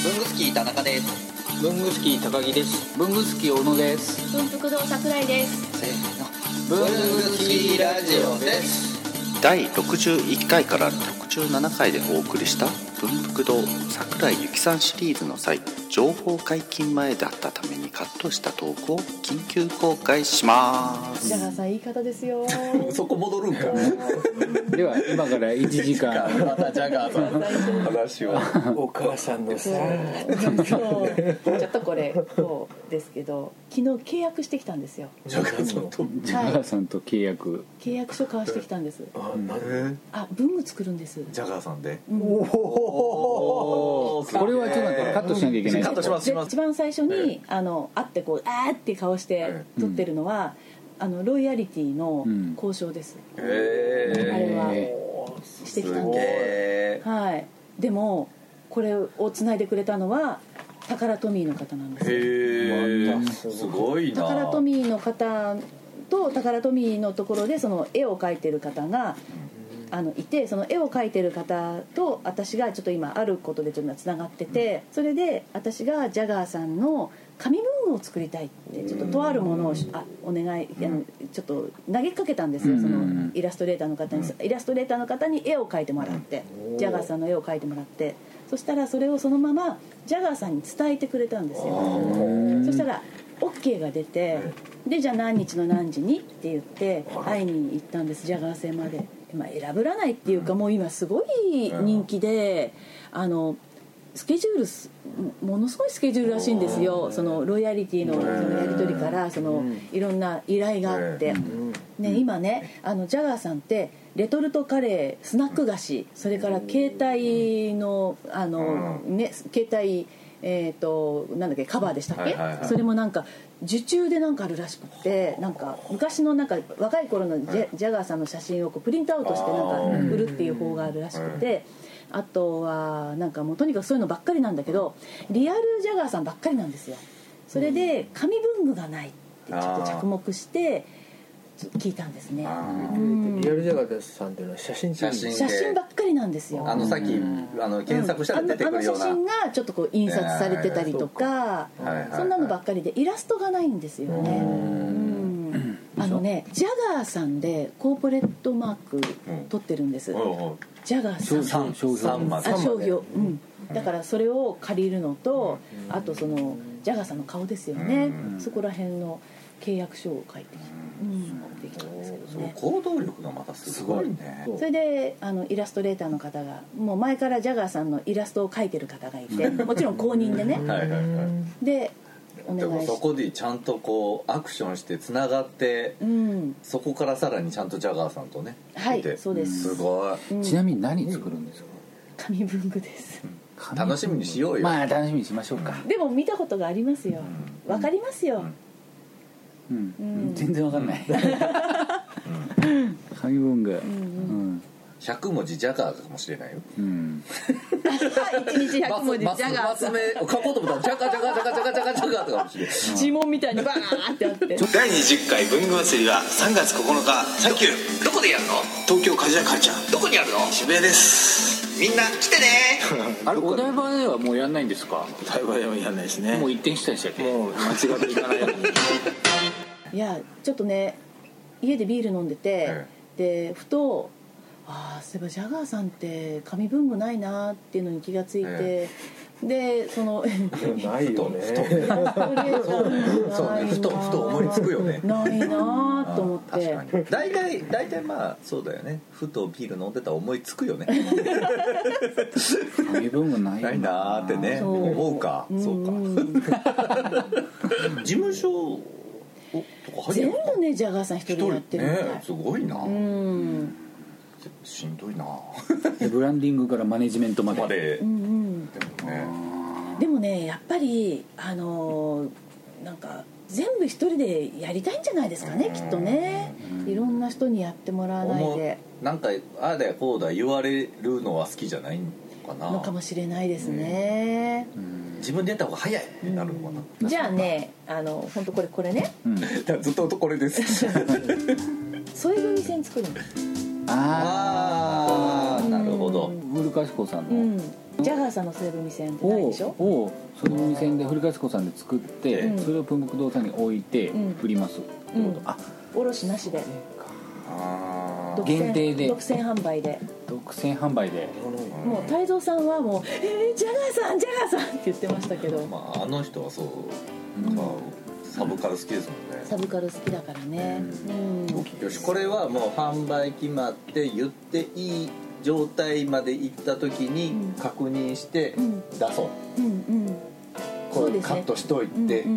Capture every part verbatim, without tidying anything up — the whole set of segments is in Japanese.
文具スキー田中です。 文具スキー高木です。文具スキー小野です。 文福堂桜井です。 せーの、文具スキーラジオです。 だいろくじゅういっかいからろくじゅうななかいでお送りした文福堂桜井由紀さんシリーズの際、情報解禁前だったためにカットしたトークを緊急公開します。 ジャガーさん言い方ですよそこ戻るんかでは今からいちじかんまたジャガーさんの話をお母さんのさそうちょっとこれこうですけど、昨日契約してきたんですよ。 ジャガーさんとジャガーさんと契約契約書交わしてきたんです。 あ、なんあ、文具作るんです。 ジャガーさんで、 うん、 おおこれはちょっと待ってカットしなきゃいけない。 カットしますします。 一番最初にあの会ってこうあーって顔して撮ってるのは、あのロイヤリティの交渉です、 うん、へーあれはしてきたんです。はい。でもこれをつないでくれたのはタカラトミーの方なんです。 へー、すごいな。 タカラトミーの方とタカラトミーのところでその絵を描いてる方があのいて、その絵を描いてる方と私がちょっと今あることでちょっとつながってて、それで私がジャガーさんの紙文具を作りたいってちょっととあるものをあお願いあのちょっと投げかけたんですよ、そのイラストレーターの方に。イラストレーターの方に絵を描いてもらって、ジャガーさんの絵を描いてもらって、そしたらそれをそのままジャガーさんに伝えてくれたんですよ。そしたら OK が出て、でじゃあ何日の何時にって言って会いに行ったんです、ジャガー製まで。まあ、選ぶらないっていうか、もう今すごい人気で、あのスケジュールものすごいスケジュールらしいんですよ。そのロイヤリティのそのやり取りからそのいろんな依頼があって、ね、今ねあのジャガーさんってレトルトカレー、スナック菓子、それから携帯のあの、ね、携帯えー、となんだっけカバーでしたっけ、はいはいはい、それもなんか受注でなんかあるらしくて、なんか昔のなんか若い頃のジ ャ, ジャガーさんの写真をこうプリントアウトしてなんか売るっていう方があるらしくて、あとはなんかもうとにかくそういうのばっかりなんだけど、リアルジャガーさんばっかりなんですよ。それで紙文具がないってちょっと着目して聞いたんですね。 うん、リアルジャガーさんっていうのは写真写真写真ばっかりなんですよ。 あのさっきあの検索したら出てくるような、 うん、あの、あの写真がちょっとこう印刷されてたりとか、そんなのばっかりでイラストがないんですよね。うん、あのねジャガーさんでコーポレートマーク取ってるんです、うん、ジャガーさん商標、 あ商標、うん、だからそれを借りるのと、あとそのジャガーさんの顔ですよね、そこら辺の契約書を書いてきて、うん、持ってきたんですけどね。 行動力がまたすごいね。 それであのイラストレーターの方がもう前からジャガーさんのイラストを描いてる方がいて、もちろん公認でねはいはい、はい、でお願いして、でもそこでちゃんとこうアクションしてつながって、うん、そこからさらにちゃんとジャガーさんとね、 はいそうです、 すごい、 うん、ちなみに何作るんですか？ 紙文具です、 うん、楽しみにしようよ。 まあ楽しみにしましょうか、 うん、でも見たことがありますよ、うん、わかりますよ、 うんうん、全然わかんない、うん、紙文具、うんうん、 ひゃくもじジャガーかもしれないよ、うん、 いちにちひゃくもじジャガーマス目書こうと思ったらジャガジャガジャガジャガジャガジャガとかもしれない呪文みたいにバーってあってだいにじゅっかい文具祭りはさんがつここのかサンキュー。どこでやるの？東京カジュアカルチャー。どこにあるの？渋谷です。みんな来てねあれお台場ではもうやんないんですか？ お台場ではやんないですね。 もう一転したんでしたっけ？ もう間違っていかないようにいやちょっとね家でビール飲んでて、ええ、でふとああそういえばジャガーさんって紙文具ないなっていうのに気がついて、ええ、でそのないよねそうねふとふと思いつくよねないなと思って確かに大体大体まあそうだよね、ふとビール飲んでたら思いつくよね紙文具ないないなってね思うか、うん、そうか事務所とか全部ねジャガーさん一人でやってるみたい、 ね、すごいな、うんしんどいなブランディングからマネジメントまで、 まで、うんうん、 でもねでもねやっぱりあのー、なんか全部一人でやりたいんじゃないですかね、きっとね。いろんな人にやってもらわないでなんかああだよこうだ言われるのは好きじゃないのかなのかもしれないですね、 うん、自分でやった方が早いってなるのかな、 うん、じゃあねあの本当これこれね、 うん、ずっとこれです添え組線作るんです。 ああなるほど。 古川子さんの、 うん、ジャガーさんの西武味線ってないでしょ。 をその味線で古川子さんで作って、 うん、 それを文福堂さんに置いて売りますってこと、うん、あ卸なしであ限定で独占販売で独占販売でもう泰造さんはもう「えー、ジャガーさんジャガーさん」って言ってましたけど、 まあ、あの人はそう、うん、サブカル好きですもんね。 サブカル好きだからね、うんうん、 よしこれはもう販売決まって言っていい状態まで行った時に確認して出そう、うんうん、これカットしといて、うんうん、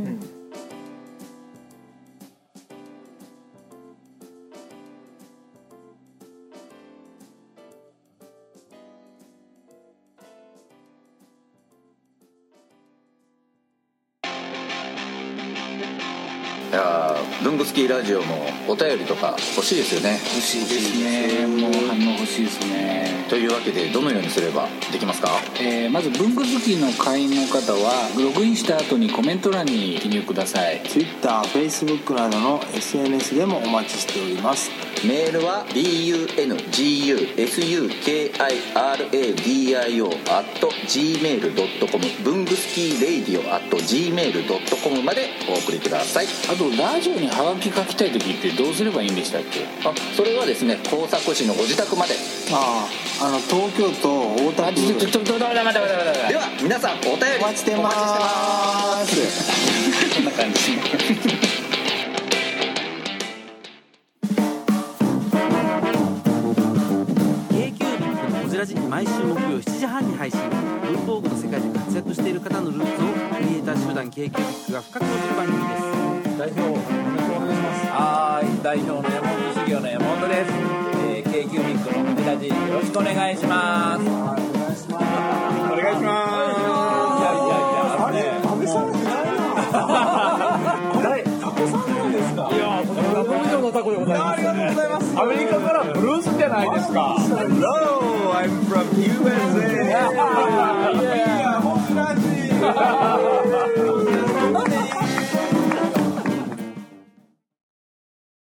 いや文具スキーラジオもお便りとか欲しいですよね。 欲しいですね。もう反応欲しいですね。 というわけでどのようにすればできますか？ えー、まず文具好きの会員の方はログインした後にコメント欄に記入ください。 Twitter、Facebook などの エスエヌエス でもお待ちしております。 メールは ビーユーエヌジーユーエスユーケーアイアールエーディーアイオー アット ジーメールドットコム 文具スキーレイディオ アット ジーメールドットコム までお送りください。 あとラジオにハガキ書きたい時ってどうすればいいんでしたっけ？ あ、それはですね工作士のご自宅まで。 ああ、あの東京都大田区。 ちょっとちょっと待って待って待って待って。 では皆さんお便りお待ちしてまーす。 こんな感じ。 ラジ毎週木曜しちじはんに配信。文房具の世界で活躍している方のルーツをクリエイター集団 ケーキュービックが深く落ちる番組です。 代表よろしくお願いします。はい、代表の山本修行の山本です。えー、ケーキュービックのホジラジよろしくお願いします。はい、お願いします。お願いします。いやいやいや、あれ安倍さんじゃないな。誰？タコさんなんですか？いや、これは以上のタコでございます。ありがとうございます。アメリカからブルースじゃないですか。Hello, I'm from ユーエスエー